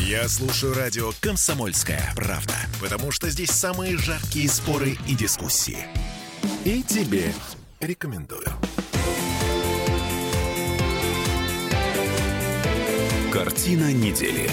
Я слушаю радио «Комсомольская правда», потому что здесь самые жаркие споры и дискуссии. И тебе рекомендую. Картина недели.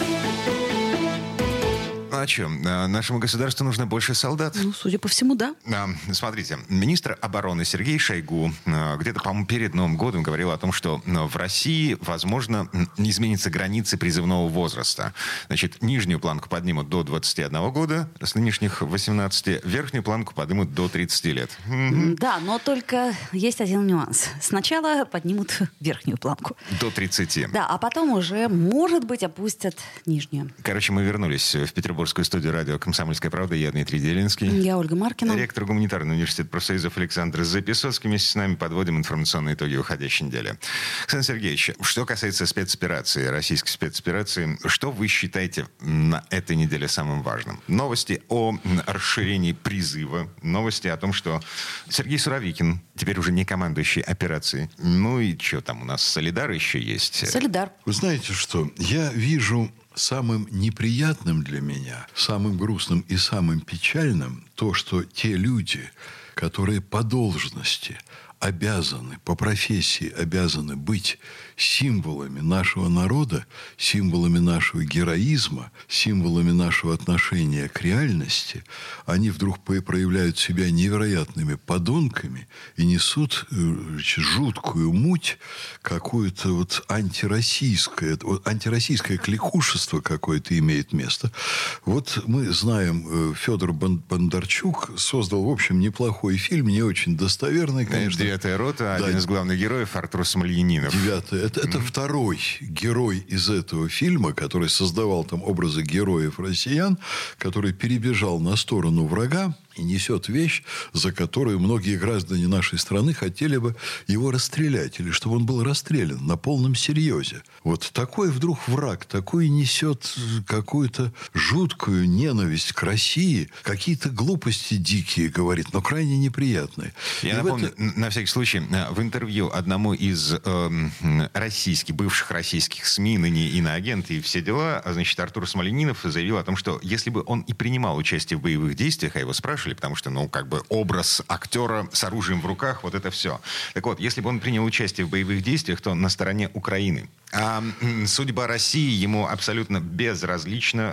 А что, нашему государству нужно больше солдат? Ну, судя по всему, да. Смотрите, министр обороны Сергей Шойгу где-то, по-моему, перед Новым годом говорил о том, что в России, возможно, изменятся границы призывного возраста. Значит, нижнюю планку поднимут до 21 года, с нынешних 18, верхнюю планку поднимут до 30 лет. Да, но только есть один нюанс. Сначала поднимут верхнюю планку. До 30. Да, а потом уже, может быть, опустят нижнюю. Короче, мы вернулись в Петербургскую студию радио «Комсомольская правда». Я Дмитрий Делинский. Я Ольга Маркина. Ректор гуманитарного университета профсоюзов Александр Записоцкий. Вместе с нами подводим информационные итоги уходящей недели. Александр Сергеевич, что касается спецоперации, российской спецоперации, что вы считаете на этой неделе самым важным? Новости о расширении призыва, новости о том, что Сергей Суровикин, теперь уже не командующий операцией. Ну и что там у нас, Солидар еще есть? Солидар. Вы знаете что? Я вижу самым неприятным для меня, самым грустным и самым печальным то, что те люди, которые по должности обязаны, по профессии обязаны быть символами нашего народа, символами нашего героизма, символами нашего отношения к реальности, они вдруг проявляют себя невероятными подонками и несут жуткую муть, какое-то вот антироссийское кликушество какое-то имеет место. Вот мы знаем, Федор Бондарчук создал, в общем, неплохой фильм, не очень достоверный, конечно. «Девятая рота», один из главных героев, Артур Смольянинов. Это второй герой из этого фильма, который создавал там образы героев россиян, который перебежал на сторону врага и несет вещь, за которую многие граждане нашей страны хотели бы его расстрелять, или чтобы он был расстрелян на полном серьезе. Вот такой вдруг враг, такой несет какую-то жуткую ненависть к России, какие-то глупости дикие говорит, но крайне неприятные. Я напомню, на всякий случай, в интервью одному из бывших российских СМИ, ныне иноагент и все дела, значит, Артур Смольянинов заявил о том, что если бы он и принимал участие в боевых действиях, а его спрашивали, потому что, образ актера с оружием в руках, вот это все. Так вот, если бы он принял участие в боевых действиях, то на стороне Украины. А судьба России ему абсолютно безразлична.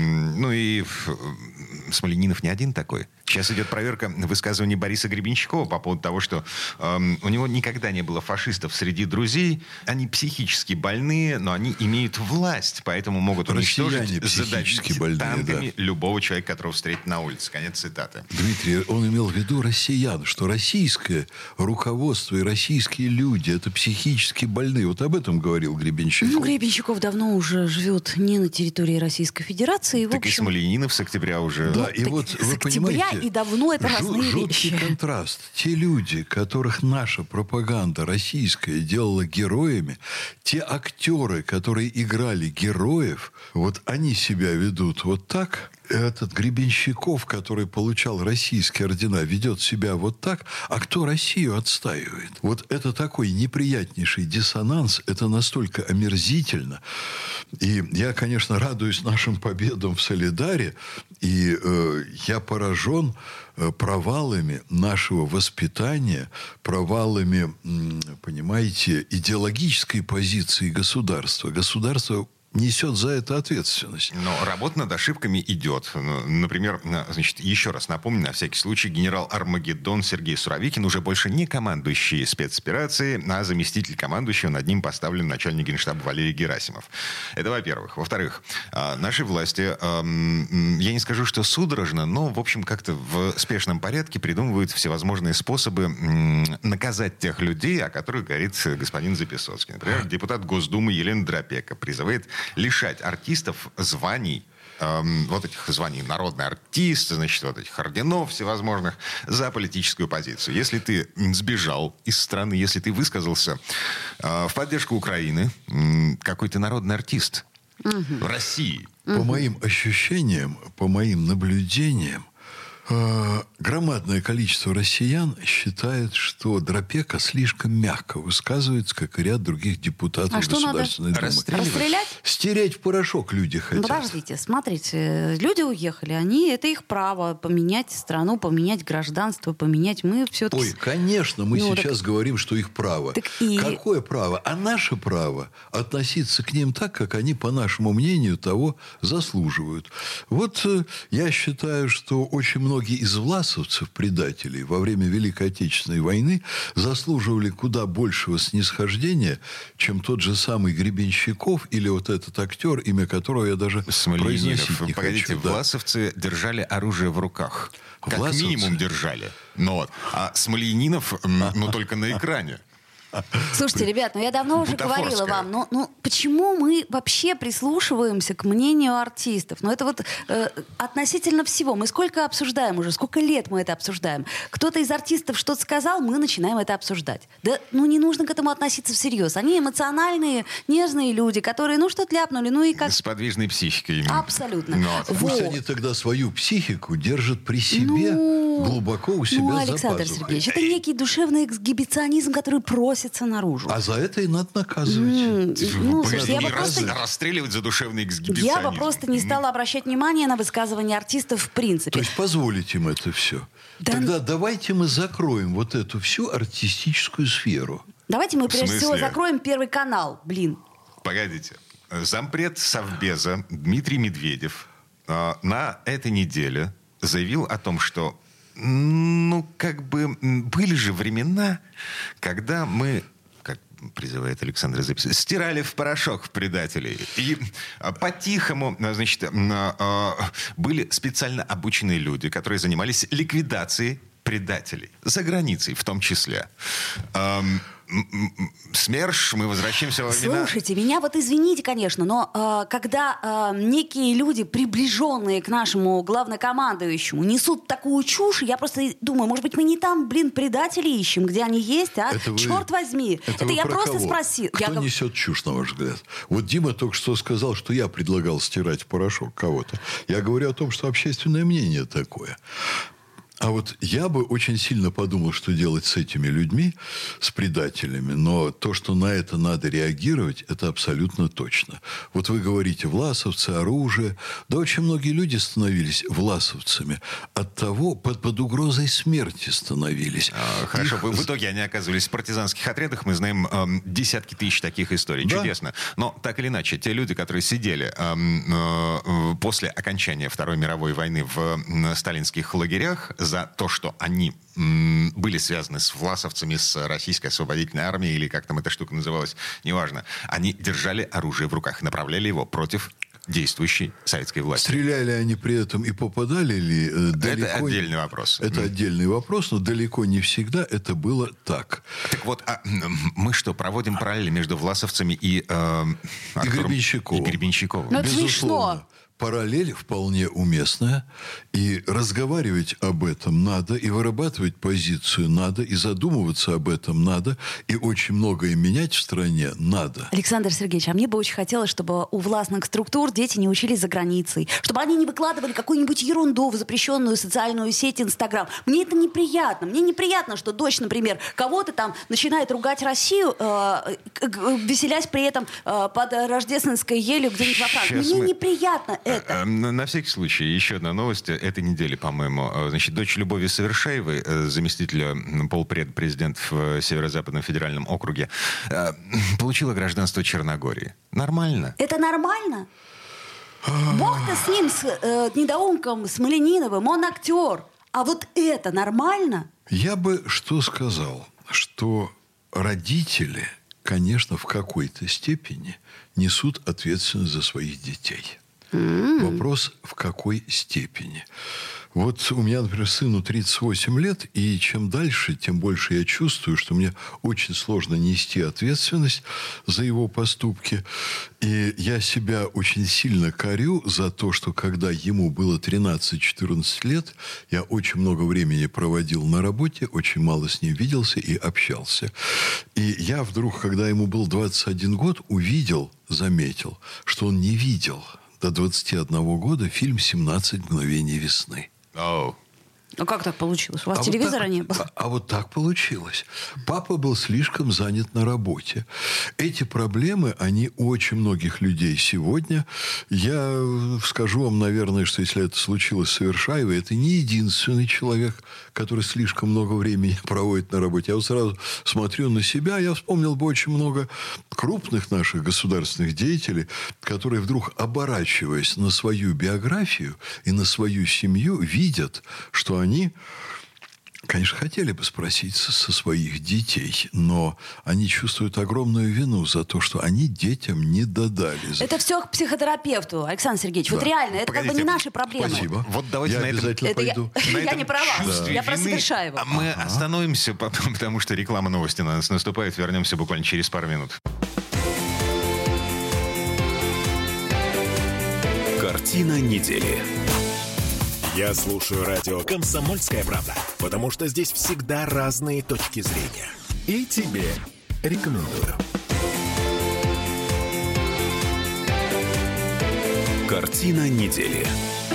Смольянинов не один такой. Сейчас идет проверка высказываний Бориса Гребенщикова по поводу того, что у него никогда не было фашистов среди друзей. Они психически больные, но они имеют власть, поэтому могут уничтожить, задавить танками любого человека, которого встретит на улице. Конец цитаты. Дмитрий, он имел в виду россиян, что российское руководство и российские люди – это психически больные. Вот об этом говорил Гребенщиков. Гребенщиков давно уже живет не на территории Российской Федерации. Так и Смольянинов с октября уже. Да, и вот вы понимаете, и давно это разные жуткий вещи. контраст. Те люди, которых наша пропаганда российская делала героями, те актеры, которые играли героев, вот они себя ведут вот так. Этот Гребенщиков, который получал российские ордена, ведет себя вот так. А кто Россию отстаивает? Вот это такой неприятнейший диссонанс. Это настолько омерзительно. И я, конечно, радуюсь нашим победам в Солидаре. И я поражен провалами нашего воспитания, провалами, понимаете, идеологической позиции государства. Государство несет за это ответственность. Но работа над ошибками идет. Например, значит, еще раз напомню, на всякий случай, генерал Армагеддон Сергей Суровикин уже больше не командующий спецоперацией, а заместитель командующего, над ним поставлен начальник генштаба Валерий Герасимов. Это во-первых. Во-вторых, наши власти, я не скажу, что судорожно, но, в общем, как-то в спешном порядке придумывают всевозможные способы наказать тех людей, о которых говорит господин Записоцкий. Например, депутат Госдумы Елена Дропека призывает лишать артистов званий, вот этих званий, народный артист, значит, вот этих орденов всевозможных за политическую позицию. Если ты сбежал из страны, если ты высказался в поддержку Украины, какой ты народный артист в России. По моим ощущениям, по моим наблюдениям, Громадное количество россиян считает, что Дропека слишком мягко высказывается, как и ряд других депутатов Государственной Думы. Расстрелять? Стереть в порошок люди хотят. Подождите, смотрите, люди уехали, это их право поменять страну, поменять гражданство, поменять мы все-таки... Ой, конечно, мы сейчас говорим, что их право. Какое право? А наше право относиться к ним так, как они, по нашему мнению, того заслуживают. Вот я считаю, что очень многие из власовцев, предателей, во время Великой Отечественной войны заслуживали куда большего снисхождения, чем тот же самый Гребенщиков или вот этот актер, имя которого я даже произносить не Погодите, хочу. власовцы держали оружие в руках. Как минимум держали. А Смольянинов, только на экране. Слушайте, ребят, я давно уже говорила вам, почему мы вообще прислушиваемся к мнению артистов? Это вот относительно всего. Мы сколько обсуждаем уже, сколько лет мы это обсуждаем. Кто-то из артистов что-то сказал, мы начинаем это обсуждать. Да, не нужно к этому относиться всерьез. Они эмоциональные, нежные люди, которые, что-то ляпнули, и как... С подвижной психикой. Абсолютно. Пусть они тогда свою психику держат при себе, глубоко у себя за Александр пазухой. Сергеевич, это некий душевный эксгибиционизм, который просится наружу. А за это и надо наказывать. Расстреливать за душевный эксгибиционизм. Я бы просто не стала обращать внимание на высказывания артистов в принципе. То есть позволить им это все. Тогда давайте мы закроем вот эту всю артистическую сферу. Давайте мы прежде всего закроем Первый канал. Погодите. Зампред Совбеза Дмитрий Медведев на этой неделе заявил о том, что были же времена, когда мы, как призывает Александр Запис, стирали в порошок предателей. И по-тихому, были специально обученные люди, которые занимались ликвидацией предателей. За границей в том числе. СМЕРШ, мы возвращаемся во времена... Слушайте, меня извините, конечно, но когда некие люди, приближенные к нашему главнокомандующему, несут такую чушь, я просто думаю, может быть, мы не там, предателей ищем, где они есть, а? Черт возьми. Это я просто спросил. Кто несет чушь, на ваш взгляд? Вот Дима только что сказал, что я предлагал стирать в порошок кого-то. Я говорю о том, что общественное мнение такое. А вот я бы очень сильно подумал, что делать с этими людьми, с предателями. Но то, что на это надо реагировать, это абсолютно точно. Вот вы говорите, власовцы, оружие. Да очень многие люди становились власовцами. От того под угрозой смерти становились. Хорошо, в итоге они оказывались в партизанских отрядах. Мы знаем десятки тысяч таких историй. Да. Чудесно. Но так или иначе, те люди, которые сидели после окончания Второй мировой войны в сталинских лагерях за то, что они были связаны с власовцами, с Российской освободительной армией, или как там эта штука называлась, неважно. Они держали оружие в руках, направляли его против действующей советской власти. Стреляли они при этом и попадали ли далеко? Это отдельный вопрос. Это отдельный вопрос, но далеко не всегда это было так. Так вот, мы что, проводим параллели между власовцами и Гребенщиковым? Ну, это смешно. Параллель вполне уместная, и разговаривать об этом надо, и вырабатывать позицию надо, и задумываться об этом надо, и очень многое менять в стране надо. Александр Сергеевич, мне бы очень хотелось, чтобы у властных структур дети не учились за границей, чтобы они не выкладывали какую-нибудь ерунду в запрещенную социальную сеть Инстаграм. Мне это неприятно. Мне неприятно, что дочь, например, кого-то там начинает ругать Россию, веселясь при этом под рождественской елью где-нибудь во Франции. Мне неприятно это. На всякий случай, еще одна новость этой недели, по-моему. Дочь Любови Совершаевой, заместителя полпред-президента в Северо-Западном федеральном округе, получила гражданство Черногории. Нормально? Это нормально? Бог-то с ним, с недоумком Смольяниновым, он актер. А вот это нормально? Я бы что сказал, что родители, конечно, в какой-то степени несут ответственность за своих детей. Вопрос, в какой степени. Вот у меня, например, сыну 38 лет, и чем дальше, тем больше я чувствую, что мне очень сложно нести ответственность за его поступки. И я себя очень сильно корю за то, что когда ему было 13-14 лет, я очень много времени проводил на работе, очень мало с ним виделся и общался. И я вдруг, когда ему был 21 год, заметил, что он не видел до 21 года фильм «17 мгновений весны». А как так получилось? У вас телевизора не было? А вот так получилось. Папа был слишком занят на работе. Эти проблемы, они у очень многих людей сегодня. Я скажу вам, наверное, что если это случилось с Совершаевой, это не единственный человек, который слишком много времени проводит на работе. Я вот сразу смотрю на себя, я вспомнил бы очень много крупных наших государственных деятелей, которые вдруг, оборачиваясь на свою биографию и на свою семью, видят, что они, конечно, хотели бы спросить со своих детей, но они чувствуют огромную вину за то, что они детям не додали. Это все к психотерапевту, Александр Сергеевич. Да. Вот реально, это как бы не наши проблемы. Спасибо. Вот давайте я на обязательно этом... пойду. Я не права. Я про Совершаеву. Мы остановимся, потому что реклама новости на нас наступает. Вернемся буквально через пару минут. Картина недели. Я слушаю радио «Комсомольская правда», потому что здесь всегда разные точки зрения. И тебе рекомендую. Картина недели.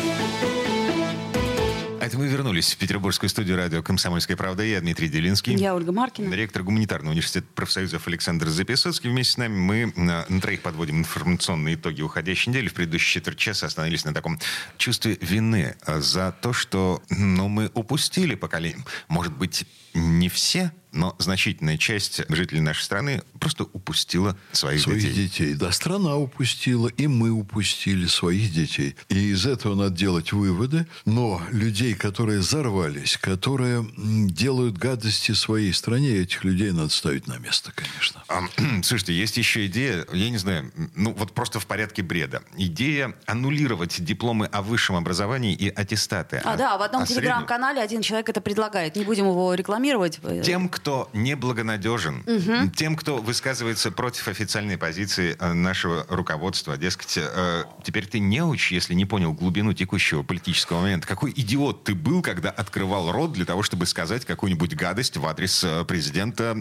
Это мы вернулись в петербургскую студию радио «Комсомольская правда». Я Дмитрий Делинский. Я Ольга Маркина. Ректор гуманитарного университета профсоюзов Александр Записоцкий. Вместе с нами мы на троих подводим информационные итоги уходящей недели. В предыдущие четверть часа остановились на таком чувстве вины за то, что мы упустили поколение. Может быть, не все, но значительная часть жителей нашей страны просто упустила своих детей. Да, страна упустила, и мы упустили своих детей. И из этого надо делать выводы. Но людей, которые взорвались, которые делают гадости своей стране, этих людей надо ставить на место, конечно. Слушайте, есть еще идея, я не знаю, вот просто в порядке бреда. Идея аннулировать дипломы о высшем образовании и аттестаты. Да, в одном телеграм-канале один человек это предлагает. Не будем его рекламировать. Тем, кто неблагонадежен, тем, кто высказывается против официальной позиции нашего руководства, дескать, теперь ты неуч, если не понял глубину текущего политического момента. Какой идиот ты был, когда открывал рот для того, чтобы сказать какую-нибудь гадость в адрес президента,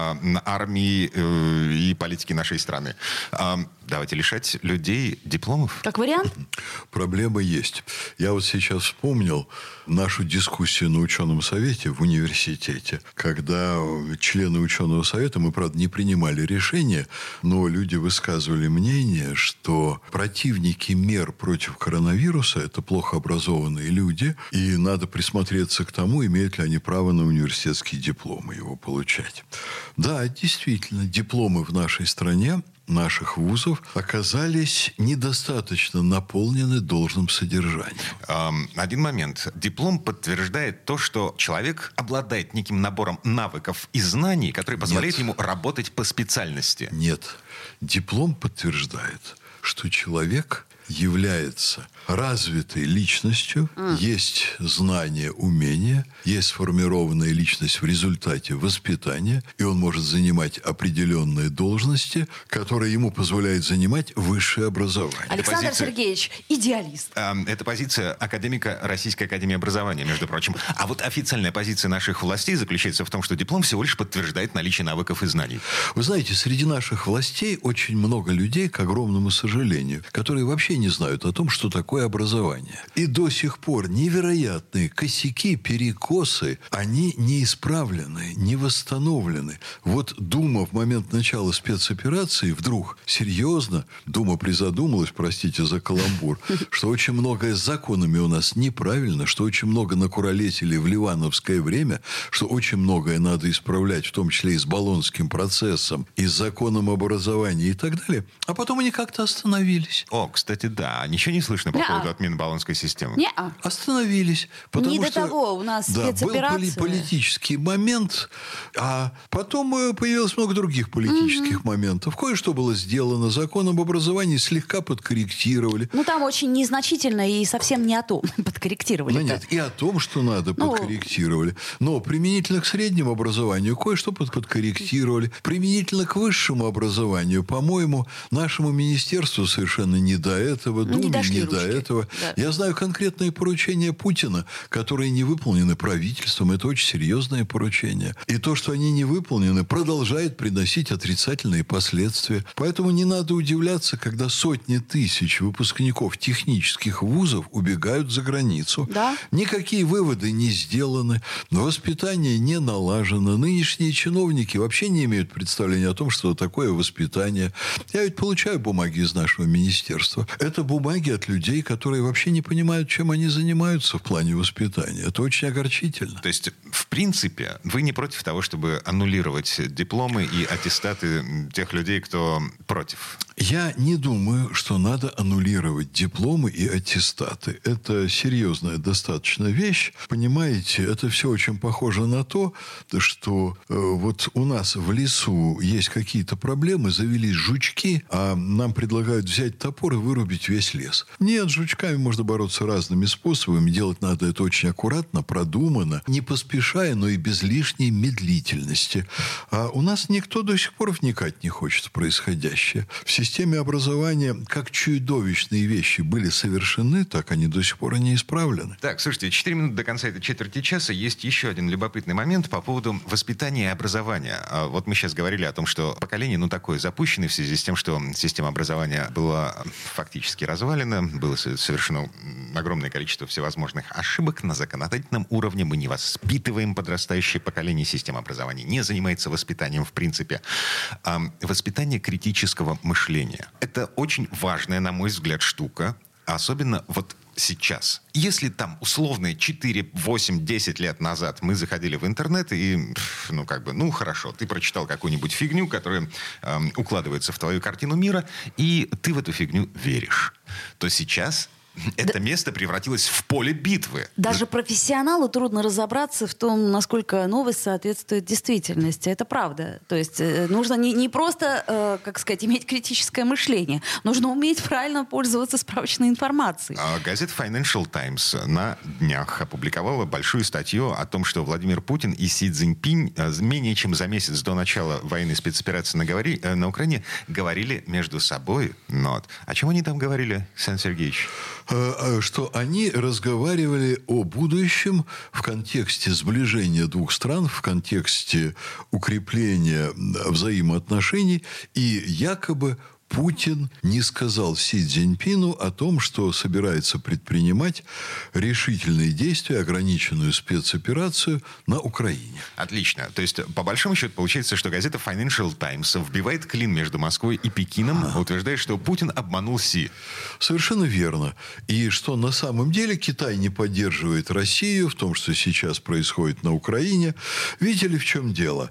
армии и политики нашей страны. Давайте лишать людей дипломов. Как вариант? Проблема есть. Я вот сейчас вспомнил нашу дискуссию на ученом совете в университете, когда члены ученого совета, мы, правда, не принимали решения, но люди высказывали мнение, что противники мер против коронавируса – это плохо образованные люди, и надо присмотреться к тому, имеют ли они право на университетские дипломы, его получать. Да, действительно, дипломы в нашей стране, наших вузов оказались недостаточно наполнены должным содержанием. Один момент. Диплом подтверждает то, что человек обладает неким набором навыков и знаний, которые позволяют ему работать по специальности. Нет. Диплом подтверждает, что человек является развитой личностью, есть знания, умения, есть сформированная личность в результате воспитания, и он может занимать определенные должности, которые ему позволяют занимать высшее образование. Александр Сергеевич, идеалист. Это позиция академика Российской академии образования, между прочим. А вот официальная позиция наших властей заключается в том, что диплом всего лишь подтверждает наличие навыков и знаний. Вы знаете, среди наших властей очень много людей, к огромному сожалению, которые вообще не знают о том, что такое образование. И до сих пор невероятные косяки, перекосы, они не исправлены, не восстановлены. Вот Дума в момент начала спецоперации вдруг серьезно, Дума призадумалась, простите за каламбур, что очень многое с законами у нас неправильно, что очень много накуролесили в ливановское время, что очень многое надо исправлять, в том числе и с Болонским процессом, и с законом образования и так далее. А потом они как-то остановились. Кстати, да. Ничего не слышно по поводу отмены Болонской системы? Остановились. Не до того у нас спецоперация. Был политический момент, а потом появилось много других политических моментов. Кое-что было сделано. Закон об образовании слегка подкорректировали. Там очень незначительно и совсем не о том подкорректировали. Нет, и о том, что надо, подкорректировали. Но применительно к среднему образованию кое-что подкорректировали. Применительно к высшему образованию, по-моему, нашему министерству совершенно не до этого. этого, Думе не до этого. Да. Я знаю конкретные поручения Путина, которые не выполнены правительством. Это очень серьезные поручения. И то, что они не выполнены, продолжает приносить отрицательные последствия. Поэтому не надо удивляться, когда сотни тысяч выпускников технических вузов убегают за границу. Да? Никакие выводы не сделаны, воспитание не налажено. Нынешние чиновники вообще не имеют представления о том, что такое воспитание. Я ведь получаю бумаги из нашего министерства. Это бумаги от людей, которые вообще не понимают, чем они занимаются в плане воспитания. Это очень огорчительно. То есть, в принципе, вы не против того, чтобы аннулировать дипломы и аттестаты тех людей, кто против? Я не думаю, что надо аннулировать дипломы и аттестаты. Это серьезная достаточно вещь. Понимаете, это все очень похоже на то, что вот у нас в лесу есть какие-то проблемы, завелись жучки, а нам предлагают взять топор и вырубить весь лес. Нет, с жучками можно бороться разными способами. Делать надо это очень аккуратно, продуманно, не поспешая, но и без лишней медлительности. А у нас никто до сих пор вникать не хочет в происходящее. В системе образования как чудовищные вещи были совершены, так они до сих пор и не исправлены. Так, слушайте, 4 минуты до конца этой четверти часа. Есть еще один любопытный момент по поводу воспитания и образования. Вот мы сейчас говорили о том, что поколение, такое запущенное в связи с тем, что система образования была фактически развалена, было совершено огромное количество всевозможных ошибок на законодательном уровне. Мы не воспитываем подрастающее поколение, система образования не занимается воспитанием в принципе. Воспитание критического мышления. Это очень важная, на мой взгляд, штука. Особенно вот сейчас. Если там условные 4, 8, 10 лет назад мы заходили в интернет и, хорошо, ты прочитал какую-нибудь фигню, которая укладывается в твою картину мира, и ты в эту фигню веришь, то сейчас это место превратилось в поле битвы. Даже профессионалу трудно разобраться в том, насколько новость соответствует действительности. Это правда. То есть нужно не просто, иметь критическое мышление. Нужно уметь правильно пользоваться справочной информацией. Газета Financial Times на днях опубликовала большую статью о том, что Владимир Путин и Си Цзиньпинь менее чем за месяц до начала военной спецоперации на Украине говорили между собой. О чем они там говорили, Александр Сергеевич? Что они разговаривали о будущем в контексте сближения двух стран, в контексте укрепления взаимоотношений, и якобы Путин не сказал Си Цзиньпину о том, что собирается предпринимать решительные действия, ограниченную спецоперацию на Украине. Отлично. То есть, по большому счету, получается, что газета Financial Times вбивает клин между Москвой и Пекином, утверждая, что Путин обманул Си. Совершенно верно. И что на самом деле Китай не поддерживает Россию в том, что сейчас происходит на Украине. Видите ли, в чем дело?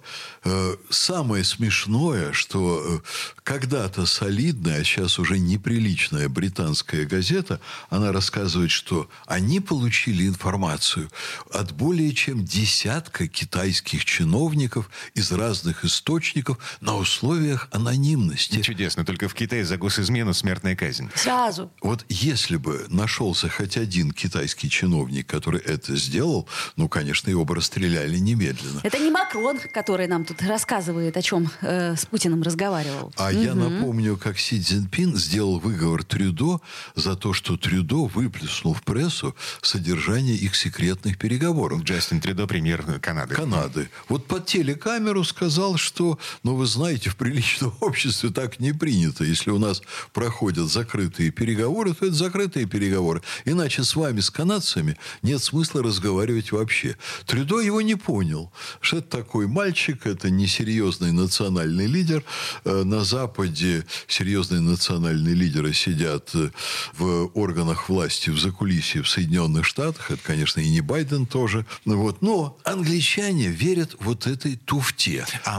Самое смешное, что когда-то солидная, а сейчас уже неприличная британская газета, она рассказывает, что они получили информацию от более чем десятка китайских чиновников из разных источников на условиях анонимности. Чудесно. Только в Китае за госизмену смертная казнь. Сразу. Вот если бы нашелся хоть один китайский чиновник, который это сделал, конечно, его бы расстреляли немедленно. Это не Макрон, который нам тут рассказывает, о чем с Путиным разговаривал. Я напомню, как Си Цзиньпин сделал выговор Трюдо за то, что Трюдо выплеснул в прессу содержание их секретных переговоров. Джастин Трюдо, премьер Канады. Вот под телекамеру сказал, что, вы знаете, в приличном обществе так не принято. Если у нас проходят закрытые переговоры, то это закрытые переговоры. Иначе с вами, с канадцами, нет смысла разговаривать вообще. Трюдо его не понял, что это такой мальчик, это несерьезный национальный лидер. На Западе серьезные национальные лидеры сидят в органах власти, в закулисье в Соединенных Штатах. Это, конечно, и не Байден тоже. Но англичане верят вот этой туфте. А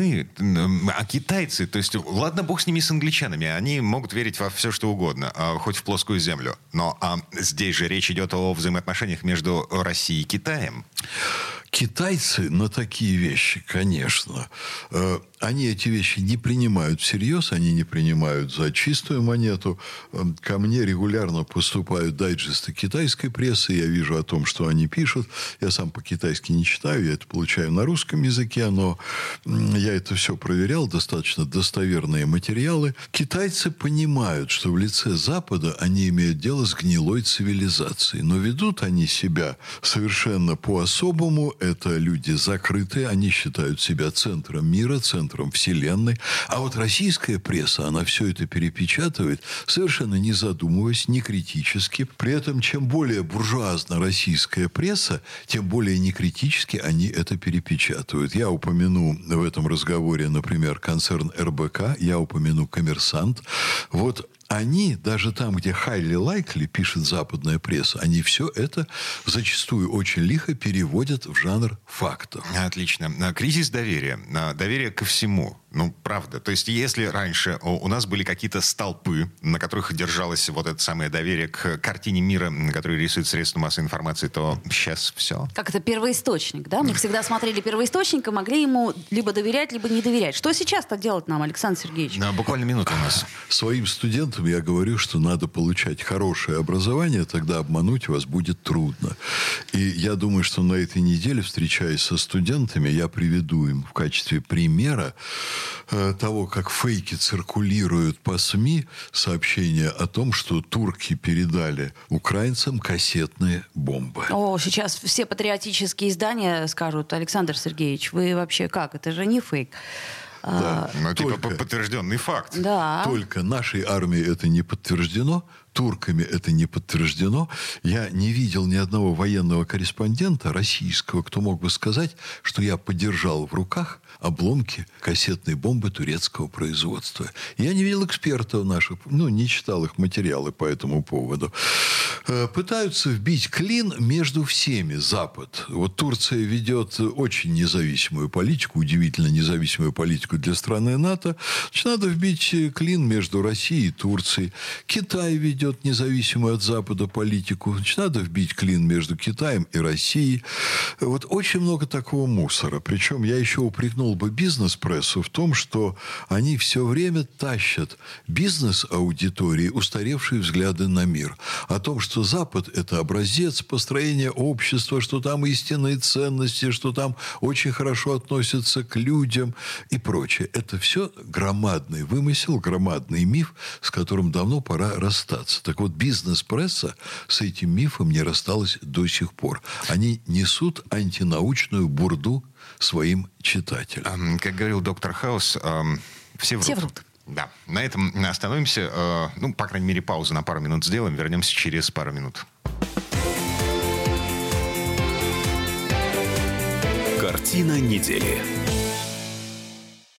китайцы, то есть, ладно, бог с ними, с англичанами, они могут верить во все, что угодно, хоть в плоскую землю. Но здесь же речь идет о взаимоотношениях между Россией и Китаем. Китайцы на такие вещи, конечно, они эти вещи не принимают всерьез, они не принимают за чистую монету. Ко мне регулярно поступают дайджесты китайской прессы, я вижу о том, что они пишут. Я сам по-китайски не читаю, я это получаю на русском языке, но я это все проверял, достаточно достоверные материалы. Китайцы понимают, что в лице Запада они имеют дело с гнилой цивилизацией, но ведут они себя совершенно по-особому. Это люди закрытые, они считают себя центром мира, центром вселенной. А вот российская пресса, она все это перепечатывает, совершенно не задумываясь, не критически. При этом, чем более буржуазна российская пресса, тем более некритически они это перепечатывают. Я упомяну в этом разговоре, например, концерн РБК, я упомяну «Коммерсант». Вот они, даже там, где highly likely, пишет западная пресса, они все это зачастую очень лихо переводят в жанр фактов. Отлично. Кризис доверия. Доверие ко всему. Ну, правда. То есть, если раньше у нас были какие-то столпы, на которых держалось вот это самое доверие к картине мира, которую рисует средства массовой информации, то сейчас все. Как это первоисточник, да? Мы всегда смотрели первоисточник и могли ему либо доверять, либо не доверять. Что сейчас-то делать нам, Александр Сергеевич? Буквально минута у нас. Своим студентам я говорю, что надо получать хорошее образование, тогда обмануть вас будет трудно. И я думаю, что на этой неделе, встречаясь со студентами, я приведу им в качестве примера того, как фейки циркулируют по СМИ, сообщения о том, что турки передали украинцам кассетные бомбы. О, сейчас все патриотические издания скажут: Александр Сергеевич, вы вообще как? Это же не фейк. Да, ну, типа подтвержденный факт. Да. Только нашей армии это не подтверждено, турками это не подтверждено. Я не видел ни одного военного корреспондента российского, кто мог бы сказать, что я подержал в руках обломки кассетной бомбы турецкого производства. Я не видел экспертов наших, не читал их материалы по этому поводу. Пытаются вбить клин между всеми Запад. Вот Турция ведет очень независимую политику, удивительно независимую политику для страны НАТО. Значит, надо вбить клин между Россией и Турцией. Китай ведет независимую от Запада политику. Значит, надо вбить клин между Китаем и Россией. Вот очень много такого мусора. Причем я еще упрекнул бы бизнес-прессу в том, что они все время тащат бизнес-аудитории устаревшие взгляды на мир. О том, что Запад – это образец построения общества, что там истинные ценности, что там очень хорошо относятся к людям и прочее. Это все громадный вымысел, громадный миф, с которым давно пора расстаться. Так вот, бизнес-пресса с этим мифом не рассталась до сих пор. Они несут антинаучную бурду своим читателям. Как говорил доктор Хаус, все врут. Да. На этом остановимся. По крайней мере, паузу на пару минут сделаем. Вернемся через пару минут. Картина недели.